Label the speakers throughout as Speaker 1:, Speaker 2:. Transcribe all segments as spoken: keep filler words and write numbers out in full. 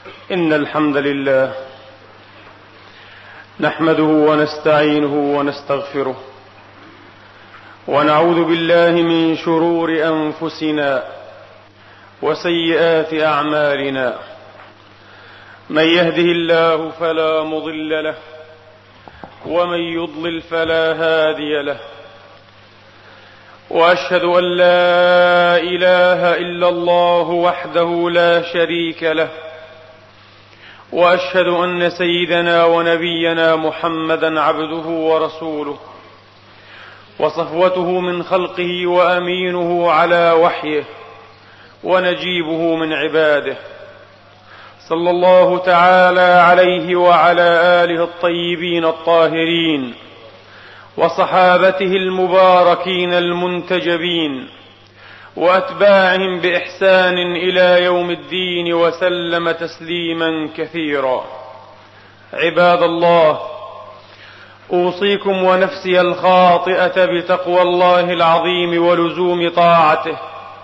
Speaker 1: إن الحمد لله نحمده ونستعينه ونستغفره ونعوذ بالله من شرور أنفسنا وسيئات أعمالنا. من يهده الله فلا مضل له ومن يضلل فلا هادي له، وأشهد أن لا إله إلا الله وحده لا شريك له، وأشهد أن سيدنا ونبينا محمدا عبده ورسوله وصفوته من خلقه وأمينه على وحيه ونجيبه من عباده، صلى الله تعالى عليه وعلى آله الطيبين الطاهرين وصحابته المباركين المنتجبين وأتباعهم بإحسان إلى يوم الدين وسلم تسليما كثيرا. عباد الله، أوصيكم ونفسي الخاطئة بتقوى الله العظيم ولزوم طاعته،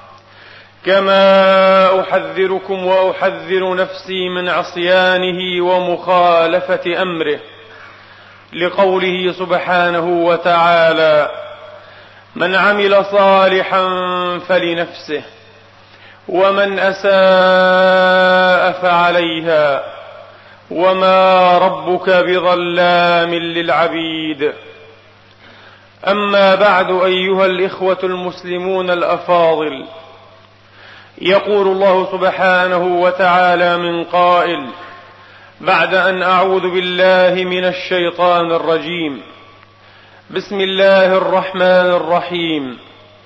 Speaker 1: كما أحذركم وأحذر نفسي من عصيانه ومخالفة أمره، لقوله سبحانه وتعالى: من عمل صالحا فلنفسه ومن أساء فعليها وما ربك بظلام للعبيد. أما بعد، أيها الإخوة المسلمون الأفاضل، يقول الله سبحانه وتعالى من قائل: بعد أن أعوذ بالله من الشيطان الرجيم، بسم الله الرحمن الرحيم: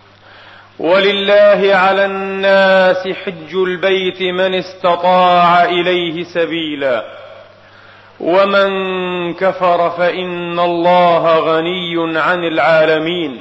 Speaker 1: ولله على الناس حج البيت من استطاع إليه سبيلا ومن كفر فإن الله غني عن العالمين.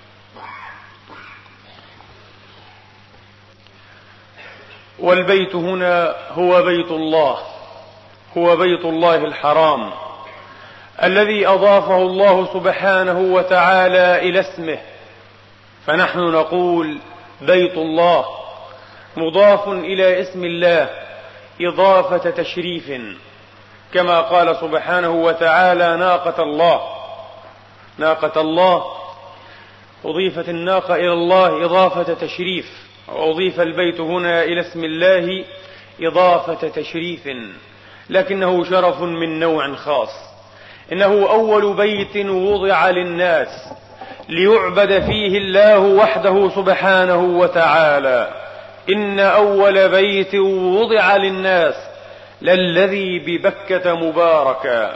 Speaker 1: والبيت هنا هو بيت الله، هو بيت الله الحرام الذي أضافه الله سبحانه وتعالى إلى اسمه، فنحن نقول بيت الله مضاف إلى اسم الله إضافة تشريف، كما قال سبحانه وتعالى: ناقة الله. ناقة الله أضيفت الناقة إلى الله إضافة تشريف، وأضيف البيت هنا إلى اسم الله إضافة تشريف، لكنه شرف من نوع خاص. إنه أول بيت وضع للناس ليعبد فيه الله وحده سبحانه وتعالى. إن أول بيت وضع للناس للذي ببكة مباركا.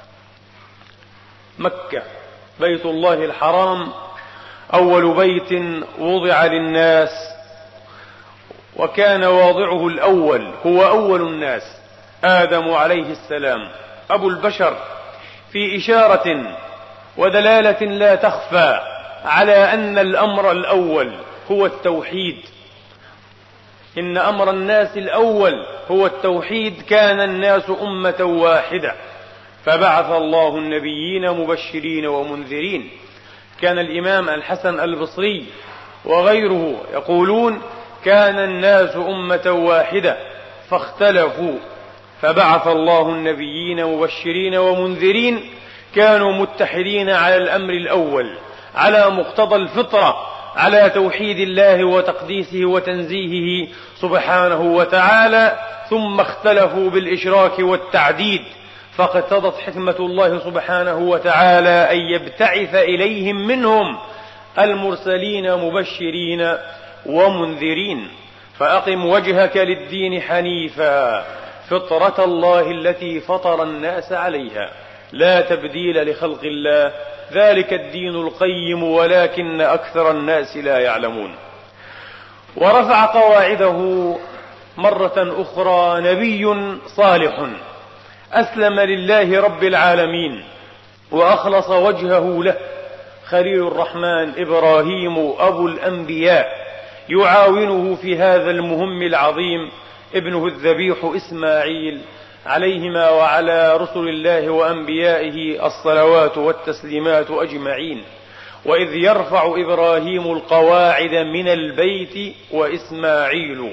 Speaker 1: مكة بيت الله الحرام أول بيت وضع للناس، وكان واضعه الأول هو أول الناس آدم عليه السلام أبو البشر، في إشارة ودلالة لا تخفى على أن الأمر الأول هو التوحيد. إن أمر الناس الأول هو التوحيد. كان الناس أمة واحدة فبعث الله النبيين مبشرين ومنذرين. كان الإمام الحسن البصري وغيره يقولون: كان الناس أمة واحدة فاختلفوا فبعث الله النبيين مبشرين ومنذرين. كانوا متحدين على الأمر الأول، على مقتضى الفطرة، على توحيد الله وتقديسه وتنزيهه سبحانه وتعالى، ثم اختلفوا بالإشراك والتعديد، فاقتضت حكمة الله سبحانه وتعالى أن يبتعث إليهم منهم المرسلين مبشرين ومنذرين. فأقم وجهك للدين حنيفا فطرة الله التي فطر الناس عليها لا تبديل لخلق الله، ذلك الدين القيم ولكن أكثر الناس لا يعلمون. ورفع قواعده مرة أخرى نبي صالح أسلم لله رب العالمين وأخلص وجهه له، خليل الرحمن إبراهيم أبو الأنبياء، يعاونه في هذا المهم العظيم ابنه الذبيح إسماعيل، عليهما وعلى رسل الله وأنبيائه الصلوات والتسليمات أجمعين. وإذ يرفع إبراهيم القواعد من البيت وإسماعيل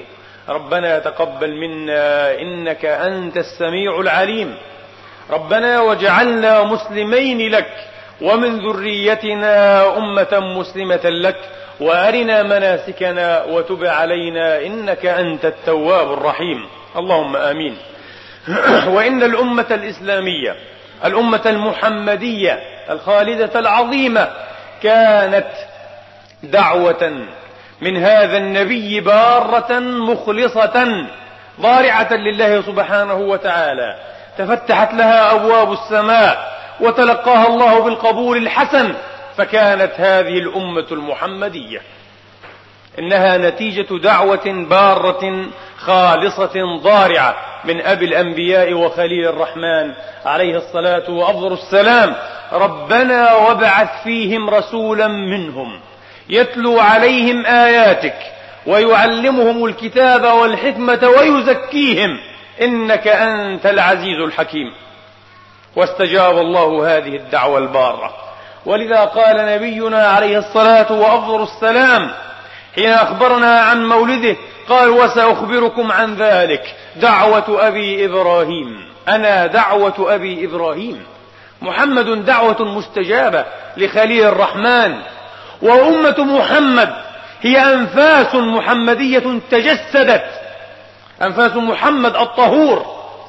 Speaker 1: ربنا تقبل منا إنك أنت السميع العليم. ربنا واجعلنا مسلمين لك ومن ذريتنا أمة مسلمة لك وأرنا مناسكنا وتب علينا إنك أنت التواب الرحيم. اللهم آمين. وإن الأمة الإسلامية الأمة المحمدية الخالدة العظيمة كانت دعوة من هذا النبي بارة مخلصة ضارعة لله سبحانه وتعالى، تفتحت لها أبواب السماء وتلقاها الله بالقبول الحسن، فكانت هذه الأمة المحمدية إنها نتيجة دعوة بارة خالصة ضارعة من أبي الأنبياء وخليل الرحمن عليه الصلاة وأفضل السلام. ربنا وابعث فيهم رسولا منهم يتلو عليهم آياتك ويعلمهم الكتاب والحكمة ويزكيهم إنك أنت العزيز الحكيم. واستجاب الله هذه الدعوة البارة، ولذا قال نبينا عليه الصلاة وأفضل السلام حين أخبرنا عن مولده قال: وسأخبركم عن ذلك دعوة أبي إبراهيم. أنا دعوة أبي إبراهيم. محمد دعوة مستجابة لخليل الرحمن، وأمة محمد هي أنفاس محمدية تجسدت، أنفاس محمد الطهور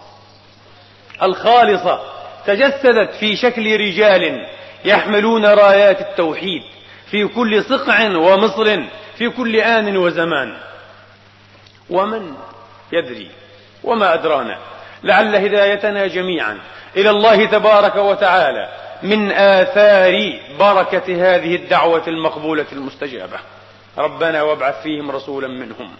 Speaker 1: الخالصة تجسدت في شكل رجال يحملون رايات التوحيد في كل صقع ومصر في كل آن وزمان. ومن يدري وما أدرانا لعل هدايتنا جميعا إلى الله تبارك وتعالى من آثار بركة هذه الدعوة المقبولة المستجابة. ربنا وابعث فيهم رسولا منهم.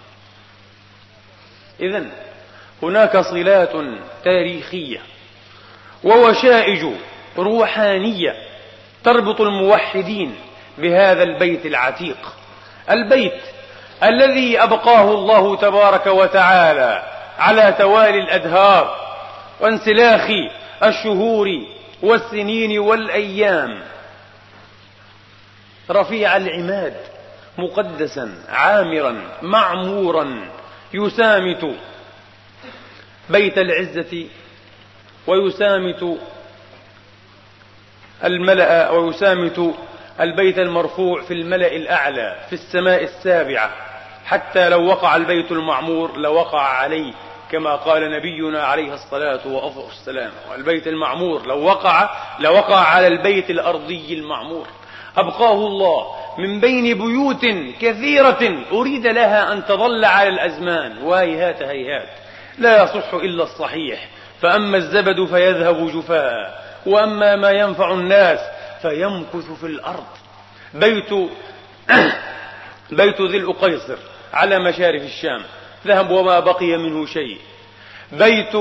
Speaker 1: إذن هناك صلات تاريخية ووشائج روحانية تربط الموحدين بهذا البيت العتيق، البيت الذي أبقاه الله تبارك وتعالى على توالي الأدهار وانسلاخ الشهور والسنين والأيام، رفيع العماد مقدسا عامرا معمورا يسامت بيت العزة ويسامت الملأ ويسامت البيت المرفوع في الملأ الأعلى في السماء السابعة، حتى لو وقع البيت المعمور لوقع عليه كما قال نبينا عليه الصلاة والسلام. والبيت المعمور لو وقع لوقع على البيت الأرضي المعمور. أبقاه الله من بين بيوت كثيرة أريد لها أن تظل على الأزمان، وهيهات هيهات لا يصح إلا الصحيح، فأما الزبد فيذهب جفاء وأما ما ينفع الناس فيمكث في الأرض. بيت بيت ذي الأقيصر على مشارف الشام ذهب وما بقي منه شيء. بيت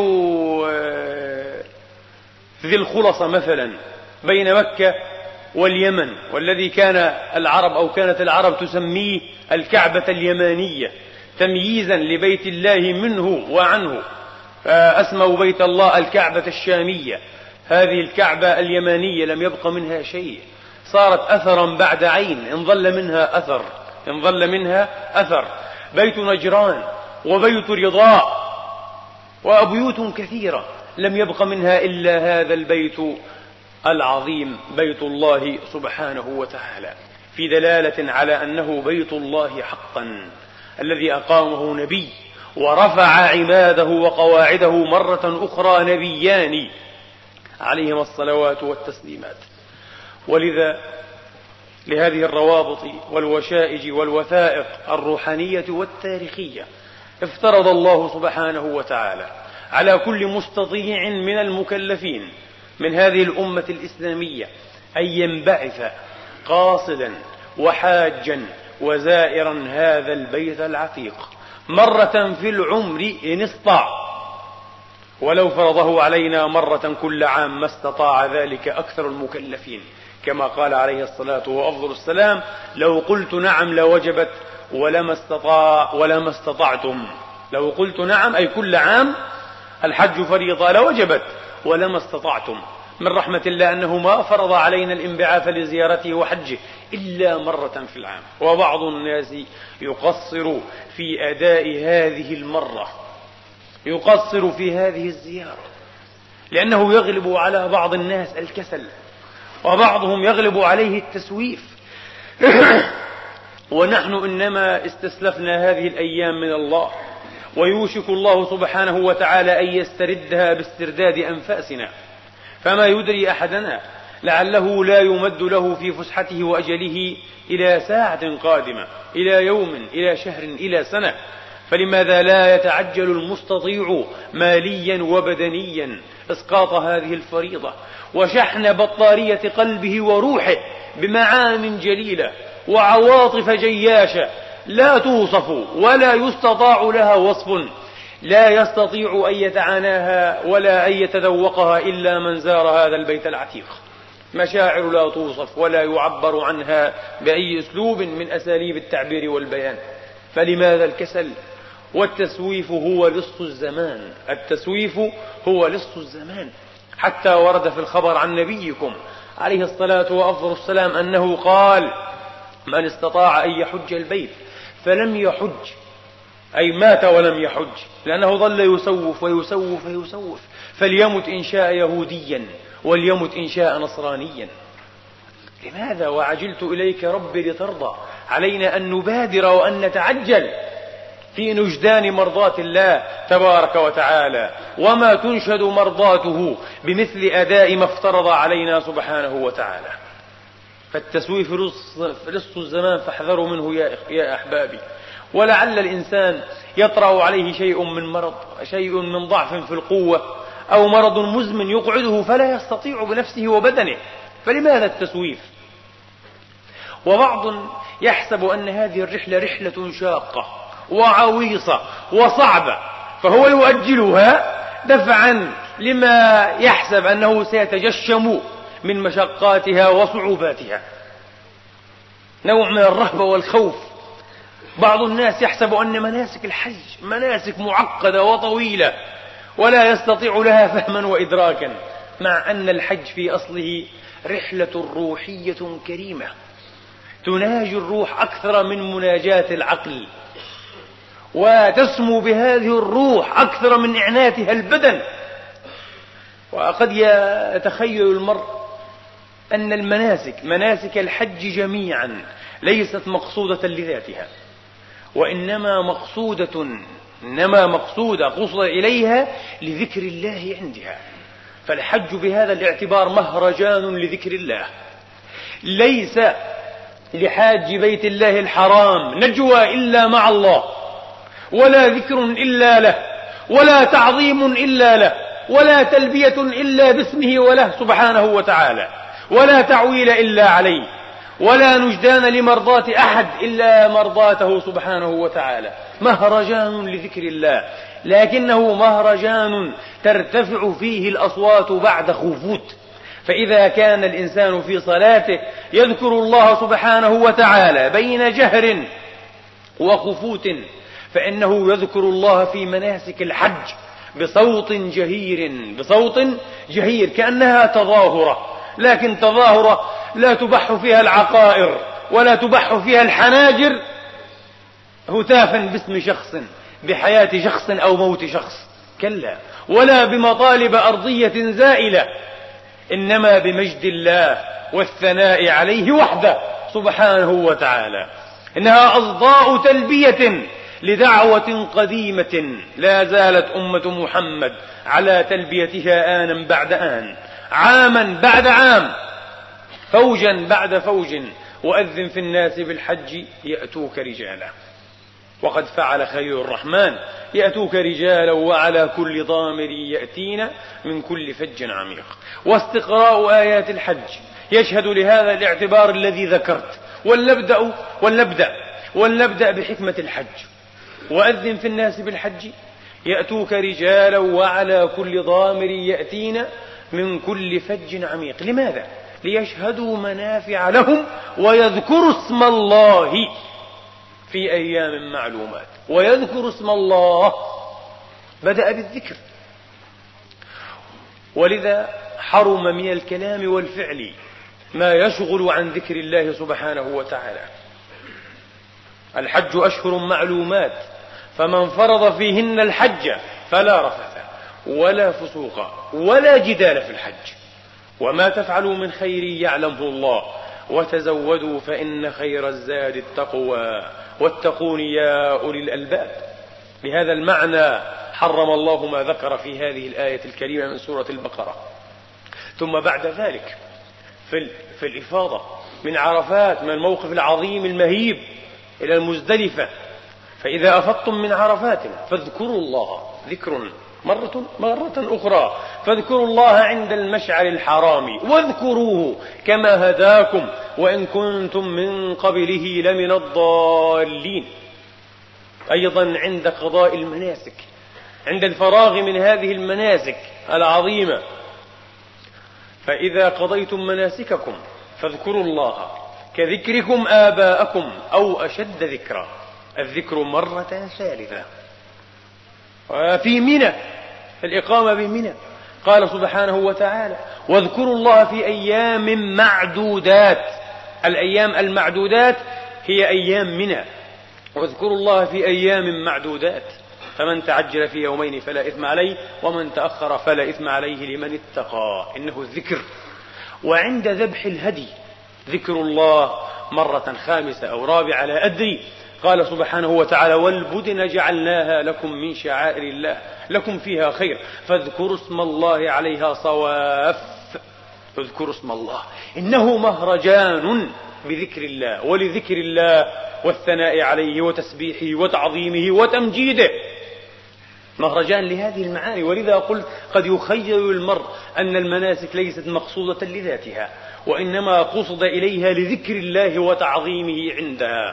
Speaker 1: ذي الخلصة مثلا بين مكة واليمن، والذي كان العرب أو كانت العرب تسميه الكعبة اليمانية تمييزا لبيت الله منه وعنه، أسموا بيت الله الكعبة الشامية. هذه الكعبة اليمانية لم يبق منها شيء، صارت أثرا بعد عين إن ظل منها أثر إن ظل منها أثر. بيت نجران وبيت رضاء وبيوت كثيرة لم يبق منها إلا هذا البيت العظيم بيت الله سبحانه وتعالى، في دلالة على أنه بيت الله حقا الذي أقامه نبي ورفع عماده وقواعده مرة أخرى نبيان عليهما الصلوات والتسليمات. ولذا لهذه الروابط والوشائج والوثائق الروحانية والتاريخية افترض الله سبحانه وتعالى على كل مستطيع من المكلفين من هذه الأمة الإسلامية أن ينبعث قاصدا وحاجا وزائرا هذا البيت العتيق مرة في العمر إن استطاع، ولو فرضه علينا مرة كل عام ما استطاع ذلك أكثر المكلفين، كما قال عليه الصلاة وأفضل السلام: لو قلت نعم لوجبت ولما استطاع ولما استطعتم. لو قلت نعم أي كل عام الحج فريضة لوجبت ولما استطعتم، من رحمة الله أنه ما فرض علينا الانبعاث لزيارته وحجه إلا مرة في العام، وبعض الناس يقصر في أداء هذه المرة، يقصر في هذه الزيارة، لأنه يغلب على بعض الناس الكسل، وبعضهم يغلب عليه التسويف. ونحن إنما استسلفنا هذه الأيام من الله، ويوشك الله سبحانه وتعالى أن يستردها باسترداد أنفاسنا، فما يدري أحدنا لعله لا يمد له في فسحته وأجله إلى ساعة قادمة، إلى يوم، إلى شهر، إلى سنة. فلماذا لا يتعجل المستطيع ماليا وبدنيا إسقاط هذه الفريضة وشحن بطارية قلبه وروحه بمعان جليلة وعواطف جياشة لا توصف ولا يستطاع لها وصف، لا يستطيع أن يتعاناها ولا أن يتذوقها إلا من زار هذا البيت العتيق. مشاعر لا توصف ولا يعبر عنها بأي أسلوب من أساليب التعبير والبيان. فلماذا الكسل؟ والتسويف هو لص الزمان، التسويف هو لص الزمان. حتى ورد في الخبر عن نبيكم عليه الصلاة وأفضل السلام أنه قال: من استطاع أن يحج البيت فلم يحج، أي مات ولم يحج، لأنه ظل يسوف ويسوف ويسوف، فليمت إن شاء يهوديا وليمت إن شاء نصرانيا. لماذا؟ وعجلت إليك ربي لترضى. علينا أن نبادر وأن نتعجل في نجدان مرضات الله تبارك وتعالى، وما تنشد مرضاته بمثل أداء ما افترض علينا سبحانه وتعالى. فالتسويف لص الزمان، فاحذروا منه يا أحبابي. ولعل الإنسان يطرأ عليه شيء من مرض، شيء من ضعف في القوة، أو مرض مزمن يقعده فلا يستطيع بنفسه وبدنه، فلماذا التسويف؟ وبعض يحسب أن هذه الرحلة رحلة شاقة وعويصة وصعبة، فهو يؤجلها دفعا لما يحسب أنه سيتجشم من مشقاتها وصعوباتها، نوع من الرهبة والخوف. بعض الناس يحسب أن مناسك الحج مناسك معقدة وطويلة ولا يستطيع لها فهما وإدراكا، مع أن الحج في أصله رحلة روحية كريمة تناجي الروح أكثر من مناجاة العقل، وتسمو بهذه الروح أكثر من إعناتها البدن. وقد يتخيل المرء أن المناسك مناسك الحج جميعا ليست مقصودة لذاتها، وإنما مقصودة إنما مقصودة قصد إليها لذكر الله عندها. فالحج بهذا الاعتبار مهرجان لذكر الله، ليس لحاج بيت الله الحرام نجوى إلا مع الله، ولا ذكر إلا له، ولا تعظيم إلا له، ولا تلبية إلا باسمه وله سبحانه وتعالى، ولا تعويل إلا عليه، ولا نجدان لمرضاة أحد إلا مرضاته سبحانه وتعالى. مهرجان لذكر الله، لكنه مهرجان ترتفع فيه الأصوات بعد خفوت. فإذا كان الإنسان في صلاته يذكر الله سبحانه وتعالى بين جهر وخفوت، فإنه يذكر الله في مناسك الحج بصوت جهير بصوت جهير كأنها تظاهرة، لكن تظاهرة لا تبح فيها العقائر ولا تبح فيها الحناجر هتافا باسم شخص، بحياة شخص أو موت شخص، كلا، ولا بمطالب أرضية زائلة، إنما بمجد الله والثناء عليه وحده سبحانه وتعالى. إنها أصداء تلبية لدعوة قديمة لا زالت أمة محمد على تلبيتها آنا بعد آن، عاما بعد عام، فوجا بعد فوج. وأذن في الناس بالحج يأتوك رجالا، وقد فعل خليل الرحمن، يأتوك رجالا وعلى كل ضامر يأتينا من كل فج عميق. واستقراء آيات الحج يشهد لهذا الاعتبار الذي ذكرت. ولنبدأ ولنبدأ ولنبدأ بحكمة الحج. وأذن في الناس بالحج يأتوك رجالا وعلى كل ضامر يأتينا من كل فج عميق. لماذا؟ ليشهدوا منافع لهم ويذكروا اسم الله في أيام معلومات. ويذكر اسم الله، بدأ بالذكر. ولذا حرم من الكلام والفعل ما يشغل عن ذكر الله سبحانه وتعالى. الحج أشهر معلومات، فمن فرض فيهن الحج فلا رفث ولا فسوق ولا جدال في الحج، وما تفعلوا من خير يعلمه الله، وتزودوا فإن خير الزاد التقوى واتقون يا أولي الألباب. بهذا المعنى حرم الله ما ذكر في هذه الآية الكريمة من سورة البقرة. ثم بعد ذلك في الإفاضة من عرفات، من الموقف العظيم المهيب، إلى المزدلفة، فإذا أفضتم من عرفات فاذكروا الله ذكر مرة, مرة أخرى فاذكروا الله عند المشعر الحرام واذكروه كما هداكم وإن كنتم من قبله لمن الضالين. أيضا عند قضاء المناسك، عند الفراغ من هذه المناسك العظيمة، فإذا قضيتم مناسككم فاذكروا الله كذكركم آباءكم أو أشد ذكرا، الذكر مرة ثالثة. وفي منى، الإقامة بمنى، قال سبحانه وتعالى واذكروا الله في أيام معدودات. الأيام المعدودات هي أيام منى، واذكروا الله في أيام معدودات، فمن تعجل في يومين فلا إثم عليه ومن تأخر فلا إثم عليه لمن اتقى، إنه الذكر. وعند ذبح الهدي ذكر الله مرة خامسة أو رابعة لا أدري، قال سبحانه وتعالى والبدن جعلناها لكم من شعائر الله لكم فيها خير فاذكروا اسم الله عليها صواف. اذكروا اسم الله، إنه مهرجان بذكر الله ولذكر الله والثناء عليه وتسبيحه وتعظيمه وتمجيده، مهرجان لهذه المعاني. ولذا قلت قد يخيل المرء أن المناسك ليست مقصودة لذاتها، وإنما قصد إليها لذكر الله وتعظيمه عندها.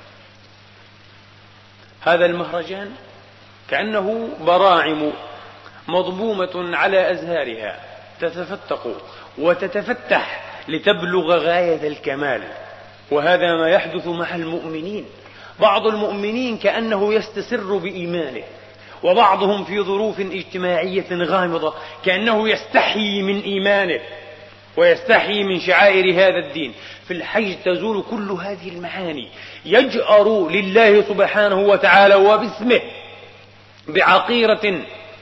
Speaker 1: هذا المهرجان كأنه براعم مضمومة على أزهارها تتفتق وتتفتح لتبلغ غاية الكمال، وهذا ما يحدث مع المؤمنين. بعض المؤمنين كأنه يستسر بإيمانه، وبعضهم في ظروف اجتماعية غامضة كأنه يستحيي من إيمانه ويستحيي من شعائر هذا الدين. في الحج تزول كل هذه المعاني، يجأر لله سبحانه وتعالى وباسمه بعقيرة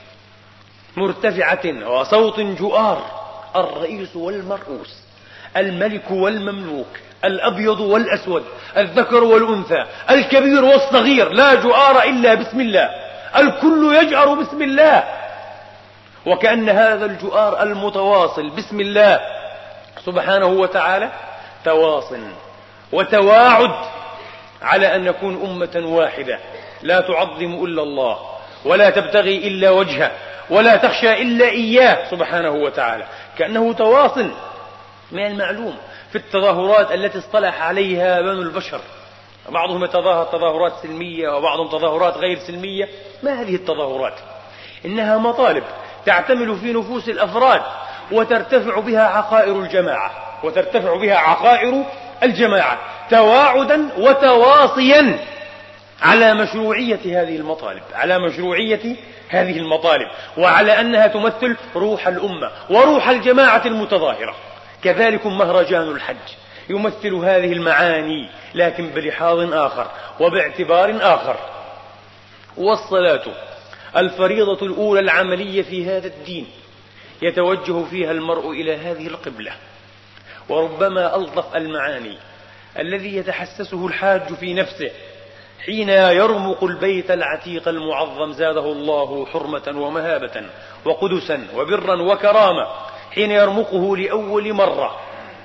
Speaker 1: مرتفعة وصوت جؤار، الرئيس والمرؤوس، الملك والمملوك، الأبيض والأسود، الذكر والأنثى، الكبير والصغير، لا جؤار إلا بسم الله، الكل يجأر بسم الله. وكأن هذا الجؤار المتواصل بسم الله سبحانه وتعالى تواصل وتواعد على أن نكون أمة واحدة لا تعظم إلا الله ولا تبتغي إلا وجهه ولا تخشى إلا إياه سبحانه وتعالى. كأنه تواصل من المعلوم في التظاهرات التي اصطلح عليها بنو البشر، بعضهم يتظاهر تظاهرات سلمية وبعضهم تظاهرات غير سلمية. ما هذه التظاهرات؟ إنها مطالب تعتمل في نفوس الأفراد وترتفع بها عقائر الجماعة وترتفع بها عقائر الجماعة تواعدا وتواصيا على مشروعية هذه المطالب على مشروعية هذه المطالب وعلى أنها تمثل روح الأمة وروح الجماعة المتظاهرة. كذلك مهرجان الحج يمثل هذه المعاني لكن بلحاظ آخر وباعتبار آخر. والصلاة الفريضة الأولى العملية في هذا الدين يتوجه فيها المرء إلى هذه القبلة. وربما ألطف المعاني الذي يتحسسه الحاج في نفسه حين يرمق البيت العتيق المعظم زاده الله حرمة ومهابة وقدسا وبرا وكرامة، حين يرمقه لأول مرة.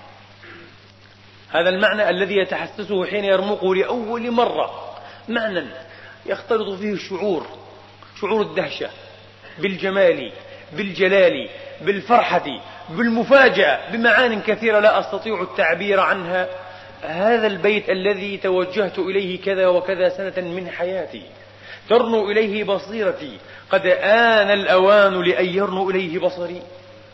Speaker 1: هذا المعنى الذي يتحسسه حين يرمقه لأول مرة معنى يختلط فيه الشعور، شعور الدهشة بالجمال بالجلال بالفرحة بالمفاجأة بمعان كثيرة لا أستطيع التعبير عنها. هذا البيت الذي توجهت إليه كذا وكذا سنة من حياتي، ترنو إليه بصيرتي، قد آن الأوان لأن يرنو إليه بصري.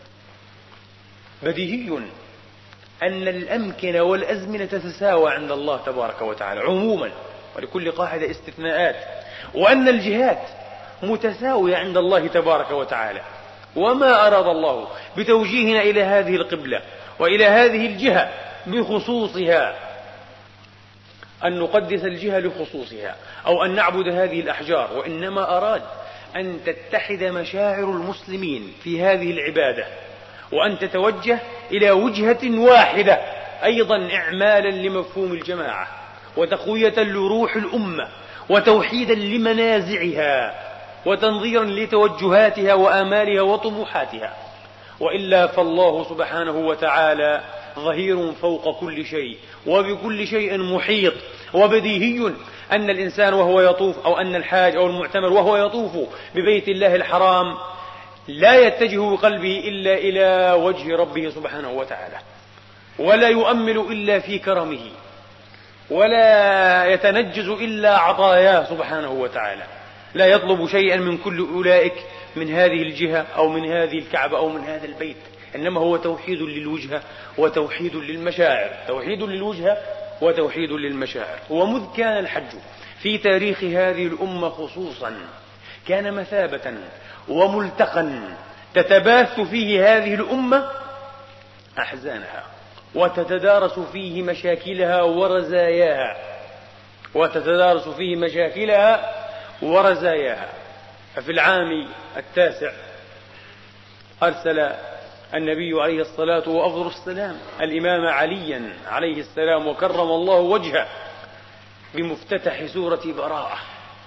Speaker 1: بديهي أن الأمكنة والأزمنة تتساوى عند الله تبارك وتعالى عموما، ولكل قاعدة استثناءات، وأن الجهات متساوية عند الله تبارك وتعالى، وما أراد الله بتوجيهنا إلى هذه القبلة وإلى هذه الجهة بخصوصها أن نقدس الجهة لخصوصها أو أن نعبد هذه الأحجار، وإنما أراد أن تتحد مشاعر المسلمين في هذه العبادة وأن تتوجه إلى وجهة واحدة، أيضا إعمالا لمفهوم الجماعة وتقوية لروح الأمة وتوحيدا لمنازعها وتنظيرا لتوجهاتها وآمالها وطموحاتها. وإلا فالله سبحانه وتعالى ظهير فوق كل شيء وبكل شيء محيط، وبديهي أن الإنسان وهو يطوف أو أن الحاج أو المعتمر وهو يطوف ببيت الله الحرام لا يتجه بقلبه إلا إلى وجه ربه سبحانه وتعالى، ولا يؤمل إلا في كرمه، ولا يتنجز إلا عطاياه سبحانه وتعالى، لا يطلب شيئا من كل أولئك من هذه الجهة أو من هذه الكعبة أو من هذا البيت، إنما هو توحيد للوجهة وتوحيد للمشاعر، توحيد للوجهة وتوحيد للمشاعر. ومذ كان الحج في تاريخ هذه الأمة خصوصا كان مثابة وملتقا تتباث فيه هذه الأمة أحزانها وتتدارس فيه مشاكلها ورزاياها وتتدارس فيه مشاكلها ورزاياها. ففي العام التاسع أرسل النبي عليه الصلاة وأفضل السلام الإمام عليا عليه السلام وكرم الله وجهه بمفتتح سورة براءة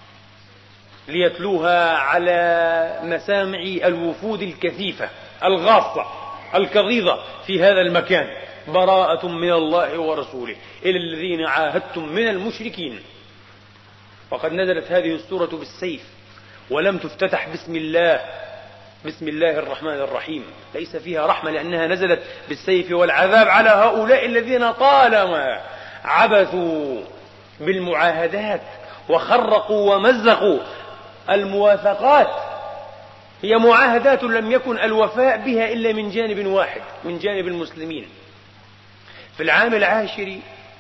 Speaker 1: ليتلوها على مسامع الوفود الكثيفة الغاصة الكظيظة في هذا المكان: براءة من الله ورسوله إلى الذين عاهدتم من المشركين. وقد نزلت هذه السورة بالسيف ولم تفتتح بسم الله بسم الله الرحمن الرحيم، ليس فيها رحمة لأنها نزلت بالسيف والعذاب على هؤلاء الذين طالما عبثوا بالمعاهدات وخرقوا ومزقوا المواثقات. هي معاهدات لم يكن الوفاء بها إلا من جانب واحد، من جانب المسلمين. في العام العاشر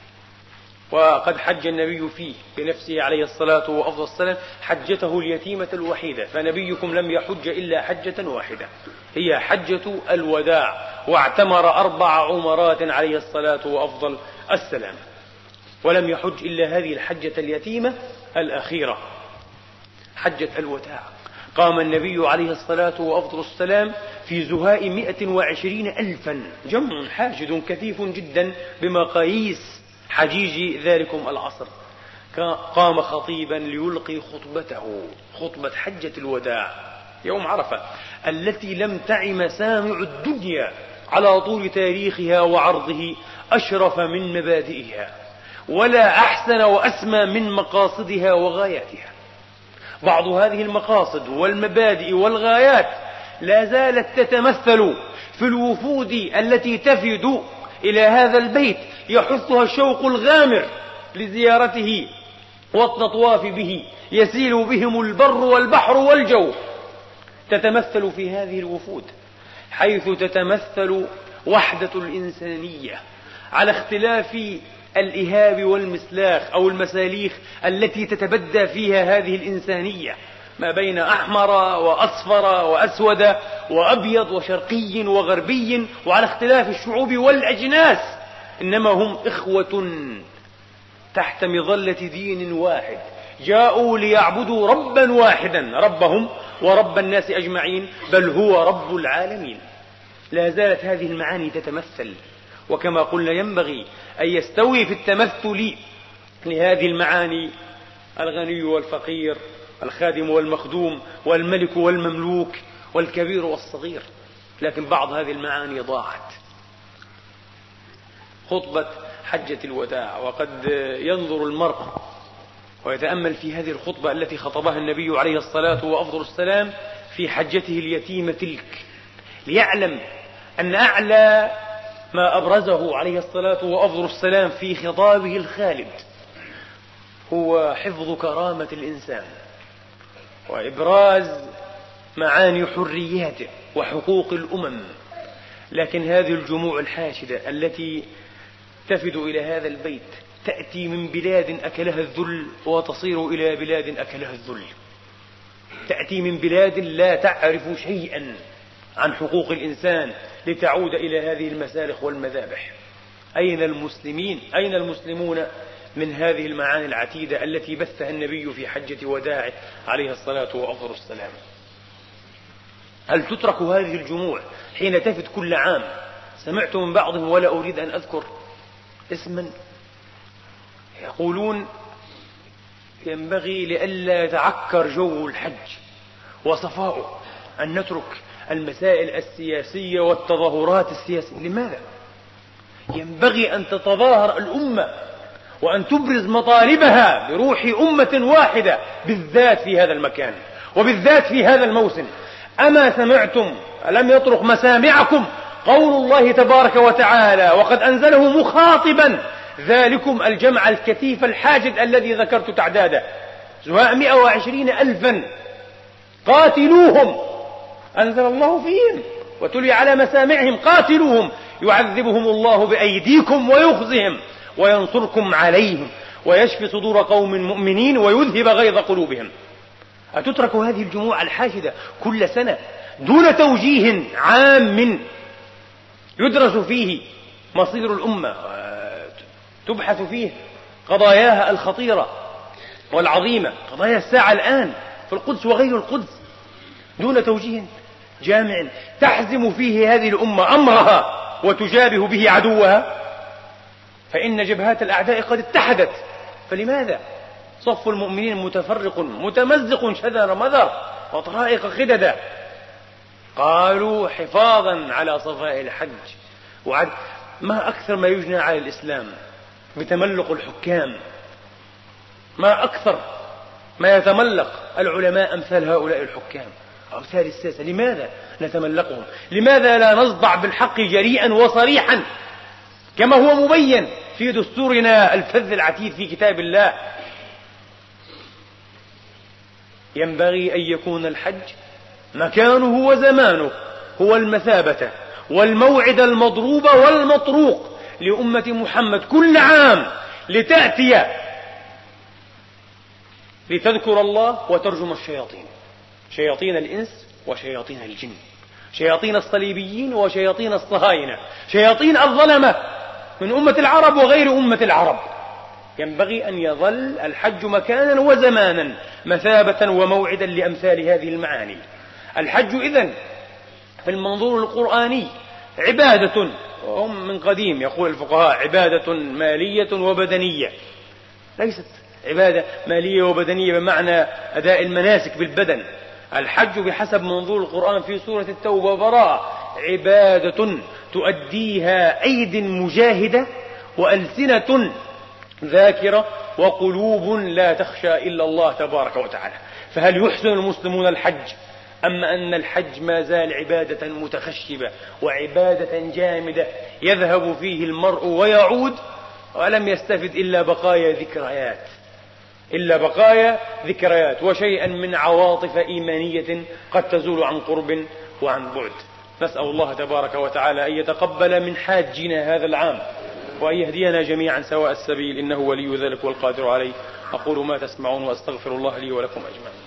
Speaker 1: وقد حج النبي فيه بنفسه عليه الصلاة وأفضل السلام حجته اليتيمة الوحيدة، فنبيكم لم يحج إلا حجة واحدة هي حجة الوداع، واعتمر أربع عمرات عليه الصلاة وأفضل السلام، ولم يحج إلا هذه الحجة اليتيمة الأخيرة حجة الوداع. قام النبي عليه الصلاة وأفضل السلام في زهاء مئة وعشرين ألفا، جمع حاشد كثيف جدا بمقاييس حجيج ذلكم العصر. قام خطيبا ليلقي خطبته، خطبة حجة الوداع يوم عرفة التي لم تعي مسامع الدنيا على طول تاريخها وعرضه أشرف من مبادئها، ولا أحسن وأسمى من مقاصدها وغاياتها. بعض هذه المقاصد والمبادئ والغايات لا زالت تتمثل في الوفود التي تفد إلى هذا البيت يحثها الشوق الغامر لزيارته والتطواف به، يسيل بهم البر والبحر والجو. تتمثل في هذه الوفود حيث تتمثل وحدة الإنسانية على اختلاف الإهاب والمسلاخ أو المساليخ التي تتبدى فيها هذه الإنسانية ما بين أحمر وأصفر وأسود وأبيض وشرقي وغربي، وعلى اختلاف الشعوب والأجناس، إنما هم إخوة تحت مظلة دين واحد، جاءوا ليعبدوا ربا واحدا، ربهم ورب الناس أجمعين، بل هو رب العالمين. لا زالت هذه المعاني تتمثل، وكما قلنا ينبغي أن يستوي في التمثل لهذه المعاني الغني والفقير، الخادم والمخدوم، والملك والمملوك، والكبير والصغير. لكن بعض هذه المعاني ضاعت. خطبة حجة الوداع، وقد ينظر المرء ويتأمل في هذه الخطبة التي خطبها النبي عليه الصلاة وأفضل السلام في حجته اليتيمة تلك، ليعلم أن أعلى ما أبرزه عليه الصلاة وأفضل السلام في خطابه الخالد هو حفظ كرامة الإنسان وإبراز معاني حرياته وحقوق الأمم. لكن هذه الجموع الحاشدة التي تفد إلى هذا البيت تأتي من بلاد أكلها الذل وتصير إلى بلاد أكلها الذل، تأتي من بلاد لا تعرف شيئا عن حقوق الإنسان لتعود إلى هذه المسالخ والمذابح. أين المسلمين؟ أين المسلمون من هذه المعاني العتيدة التي بثها النبي في حجة وداعه عليه الصلاة وأفضل السلام؟ هل تترك هذه الجموع حين تفد كل عام؟ سمعت من بعضهم ولا أريد أن أذكر اسما يقولون ينبغي لئلا يتعكر جو الحج وصفاؤه أن نترك المسائل السياسية والتظاهرات السياسية. لماذا؟ ينبغي أن تتظاهر الأمة وأن تبرز مطالبها بروح أمة واحدة، بالذات في هذا المكان وبالذات في هذا الموسم. أما سمعتم ألم يطرق مسامعكم قول الله تبارك وتعالى وقد أنزله مخاطبا ذلكم الجمع الكثيف الحاجد الذي ذكرت تعداده زهاء مئة وعشرين ألفا قاتلوهم، أنزل الله فيهم وتلي على مسامعهم قاتلوهم يعذبهم الله بأيديكم ويخزهم وينصركم عليهم ويشفي صدور قوم مؤمنين ويذهب غيظ قلوبهم. أتترك هذه الجموع الحاشدة كل سنة دون توجيه عام يدرس فيه مصير الأمة، تبحث فيه قضاياها الخطيرة والعظيمة، قضايا الساعة الآن في القدس وغير القدس، دون توجيه جامع تحزم فيه هذه الأمة أمرها وتجابه به عدوها؟ فإن جبهات الأعداء قد اتحدت، فلماذا صف المؤمنين متفرق متمزق شذر مذر وطرائق خددا؟ قالوا حفاظا على صفاء الحج. وعد ما أكثر ما يجنى على الإسلام بتملق الحكام، ما أكثر ما يتملق العلماء أمثال هؤلاء الحكام أمثال الساسة. لماذا نتملقهم؟ لماذا لا نصدع بالحق جريئا وصريحا كما هو مبين في دستورنا الفذ العتيد في كتاب الله؟ ينبغي أن يكون الحج مكانه وزمانه هو المثابة والموعد المضروب والمطروق لأمة محمد كل عام لتأتي لتذكر الله وترجم الشياطين، شياطين الإنس وشياطين الجن، شياطين الصليبيين وشياطين الصهاينة، شياطين الظلمة من أمة العرب وغير أمة العرب. ينبغي أن يظل الحج مكانا وزمانا مثابة وموعدا لأمثال هذه المعاني. الحج إذن في المنظور القرآني عبادة، وهم من قديم يقول الفقهاء عبادة مالية وبدنية، ليست عبادة مالية وبدنية بمعنى أداء المناسك بالبدن. الحج بحسب منظور القرآن في سورة التوبة براءة عبادة تؤديها أيد مجاهدة وألسنة ذاكرة وقلوب لا تخشى إلا الله تبارك وتعالى. فهل يحسن المسلمون الحج؟ أما أن الحج ما زال عبادة متخشبة وعبادة جامدة يذهب فيه المرء ويعود ولم يستفد إلا بقايا ذكريات إلا بقايا ذكريات وشيئا من عواطف إيمانية قد تزول عن قرب وعن بعد. نسأل الله تبارك وتعالى أن يتقبل من حاجنا هذا العام وأن يهدينا جميعا سواء السبيل، إنه ولي ذلك والقادر عليه. أقول ما تسمعون وأستغفر الله لي ولكم أجمعين.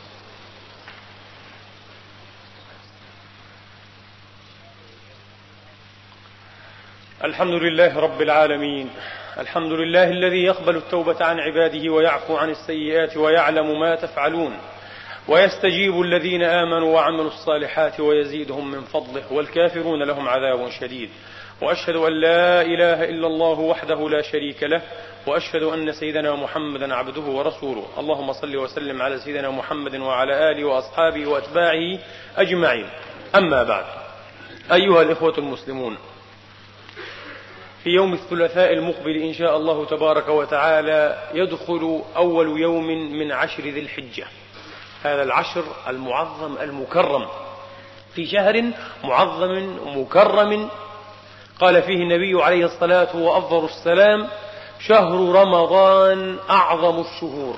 Speaker 1: الحمد لله رب العالمين، الحمد لله الذي يقبل التوبة عن عباده ويعفو عن السيئات ويعلم ما تفعلون ويستجيب الذين آمنوا وعملوا الصالحات ويزيدهم من فضله، والكافرون لهم عذاب شديد. وأشهد أن لا إله إلا الله وحده لا شريك له، وأشهد أن سيدنا محمدا عبده ورسوله. اللهم صل وسلم على سيدنا محمد وعلى آله وأصحابه وأتباعه أجمعين. أما بعد، أيها الإخوة المسلمون، في يوم الثلاثاء المقبل إن شاء الله تبارك وتعالى يدخل أول يوم من عشر ذي الحجة، هذا العشر المعظم المكرم في شهر معظم مكرم قال فيه النبي عليه الصلاة وأفضل السلام: شهر رمضان أعظم الشهور،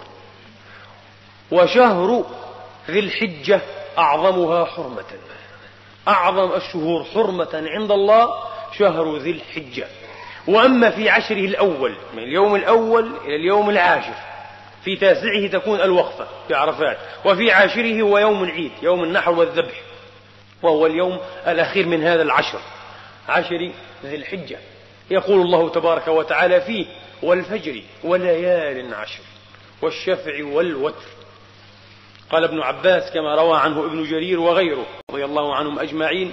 Speaker 1: وشهر ذي الحجة أعظمها حرمة. أعظم الشهور حرمة عند الله شهر ذي الحجة. وأما في عشره الأول من اليوم الأول إلى اليوم العاشر، في تاسعه تكون الوقفة في عرفات، وفي عاشره هو يوم العيد يوم النحر والذبح. وهو اليوم الأخير من هذا العشر، عشر ذي الحجة. يقول الله تبارك وتعالى فيه: والفجر وليال عشر والشفع والوتر. قال ابن عباس كما روى عنه ابن جرير وغيره رضي الله عنهم أجمعين: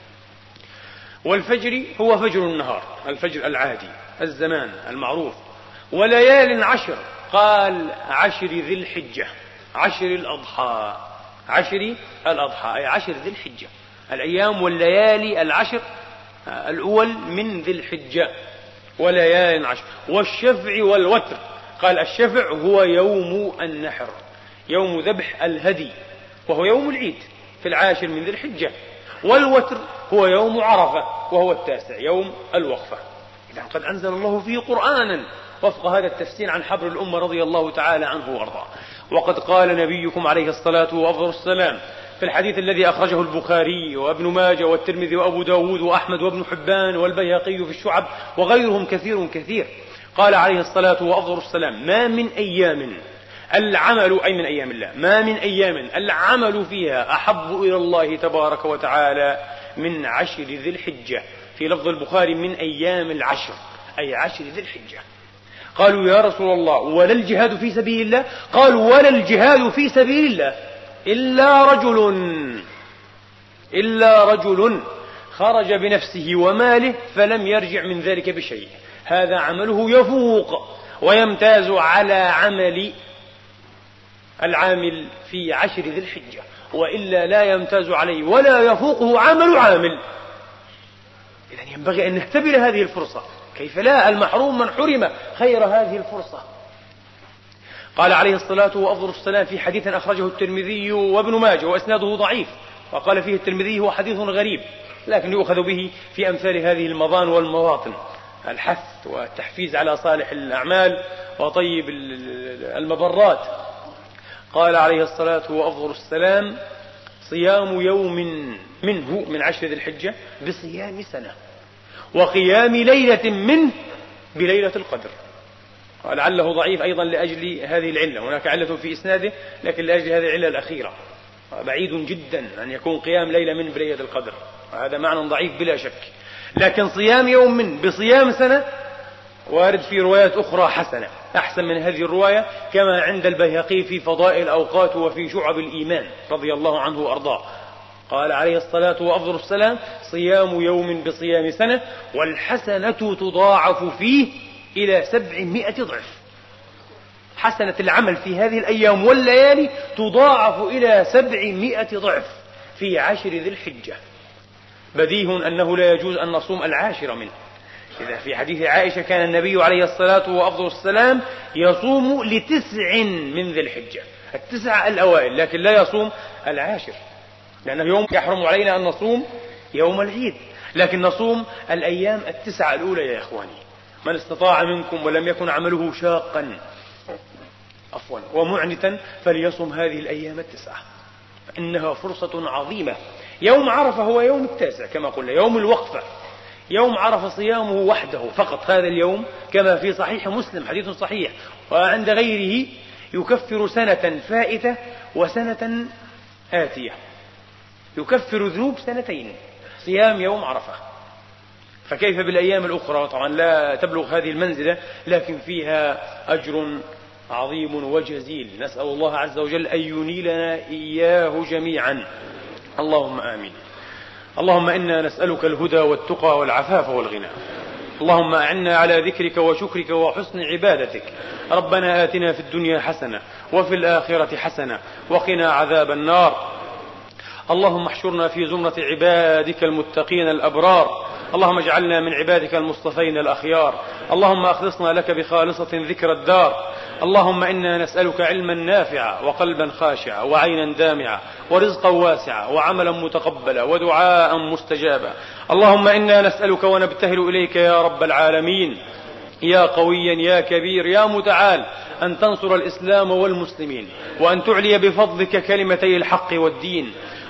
Speaker 1: والفجر هو فجر النهار، الفجر العادي الزمان المعروف. وليال عشر قال عشر ذي الحجة، عشر الأضحى، عشر الأضحى أي عشر ذي الحجة، الأيام والليالي العشر الأول من ذي الحجة. وليال عشر والشفع والوتر قال الشفع هو يوم النحر، يوم ذبح الهدي، وهو يوم العيد في العاشر من ذي الحجة. والوتر هو يوم عرفة وهو التاسع يوم الوقفة. إذا قد أنزل الله فيه قرآنا وفق هذا التفسير عن حبر الأمة رضي الله تعالى عنه وارضاه. وقد قال نبيكم عليه الصلاة وأفضل السلام في الحديث الذي أخرجه البخاري وابن ماجه والترمذي وأبو داود وأحمد وابن حبان والبيهقي في الشعب وغيرهم كثير كثير، قال عليه الصلاة وأفضل السلام: ما من أيام العمل، أي من أيام الله، ما من أيام العمل فيها أحب إلى الله تبارك وتعالى من عشر ذي الحجة. في لفظ البخاري: من أيام العشر، أي عشر ذي الحجة. قالوا: يا رسول الله ولا الجهاد في سبيل الله؟ قالوا: ولا الجهاد في سبيل الله إلا رجل إلا رجل خرج بنفسه وماله فلم يرجع من ذلك بشيء، هذا عمله يفوق ويمتاز على عمل العامل في عشر ذي الحجة، وإلا لا يمتاز عليه ولا يفوقه عمل عامل. إذن ينبغي أن نختبر هذه الفرصة، كيف لا؟ المحروم من حرم خير هذه الفرصة. قال عليه الصلاة وأفضل السلام في حديث أخرجه الترمذي وابن ماجه وإسناده ضعيف، وقال فيه الترمذي: هو حديث غريب لكن يؤخذ به في أمثال هذه المضان والمواطن، الحث والتحفيز على صالح الأعمال وطيب المبرات. قال عليه الصلاة وأفضل السلام: صيام يوم منه من عشر ذي الحجة بصيام سنة، وقيام ليلة منه بليلة القدر. ولعله ضعيف أيضا لأجل هذه العلة، هناك علة في إسناده لكن لأجل هذه العلة الأخيرة، بعيد جدا أن يكون قيام ليلة من بليلة القدر، وهذا معنى ضعيف بلا شك. لكن صيام يوم من بصيام سنة وارد في روايات أخرى حسنة أحسن من هذه الرواية، كما عند البيهقي في فضائل الأوقات وفي شعب الإيمان رضي الله عنه وأرضاه. قال عليه الصلاة وأفضل السلام: صيام يوم بصيام سنة، والحسنة تضاعف فيه إلى سبعمائة ضعف. حسنة العمل في هذه الأيام والليالي تضاعف إلى سبعمائة ضعف في عشر ذي الحجة. بديه أنه لا يجوز أن نصوم العاشر منه. إذا في حديث عائشة كان النبي عليه الصلاة وأفضل السلام يصوم لتسع من ذي الحجة، التسع الأوائل، لكن لا يصوم العاشر، لأنه يوم يحرم علينا أن نصوم يوم العيد، لكن نصوم الأيام التسعة الأولى. يا إخواني، من استطاع منكم ولم يكن عمله شاقا عفوا ومعنتا فليصم هذه الأيام التسعة، إنها فرصة عظيمة. يوم عرفة هو يوم التاسع كما قلنا، يوم الوقفة. يوم عرفة صيامه وحده فقط هذا اليوم كما في صحيح مسلم حديث صحيح، وعند غيره يكفر سنة فائتة وسنة آتية، يكفر ذنوب سنتين صيام يوم عرفة. فكيف بالأيام الأخرى؟ طبعا لا تبلغ هذه المنزلة لكن فيها أجر عظيم وجزيل، نسأل الله عز وجل أن ينيلنا إياه جميعا، اللهم آمين. اللهم إنا نسألك الهدى والتقى والعفاف والغنى، اللهم أعنا على ذكرك وشكرك وحسن عبادتك. ربنا آتنا في الدنيا حسنة وفي الآخرة حسنة وقنا عذاب النار. اللهم احشرنا في زمرة عبادك المتقين الأبرار، اللهم اجعلنا من عبادك المصطفين الأخيار، اللهم أخلصنا لك بخالصة ذكر الدار. اللهم إنا نسألك علما نافعا وقلبا خاشعا وعينا دامعا ورزقا واسعا وعملا متقبلا ودعاء مستجابا. اللهم إنا نسألك ونبتهل إليك يا رب العالمين، يا قويا يا كبير يا متعال، أن تنصر الإسلام والمسلمين، وأن تعلي بفضلك كلمتي الحق والدين.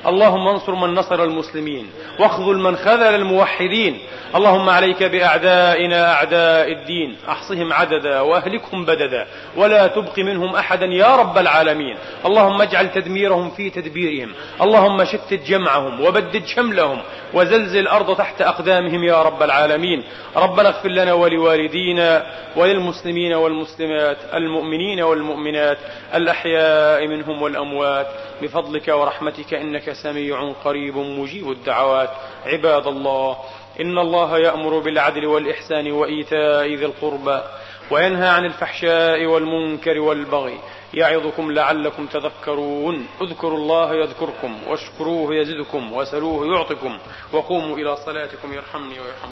Speaker 1: اللهم انصر من نصر المسلمين واخذل من خذل الموحدين. اللهم عليك بأعدائنا أعداء الدين، أحصهم عددا وأهلكهم بددا ولا تبق منهم أحدا يا رب العالمين. اللهم اجعل تدميرهم في تدبيرهم، اللهم شتت جمعهم وبدد شملهم وزلزل الأرض تحت أقدامهم يا رب العالمين. ربنا اغفر لنا ولوالدينا وللمسلمين والمسلمات المؤمنين والمؤمنات الأحياء منهم والأموات بفضلك ورحمتك إنك سميع قريب مجيب الدعوات. عباد الله، إن الله يأمر بالعدل والإحسان وإيتاء ذي القربى وينهى عن الفحشاء والمنكر والبغي يعظكم لعلكم تذكرون. اذكروا الله يذكركم واشكروه يزدكم وسلوه يعطكم وقوموا إلى صلاتكم يرحمني ويرحمكم.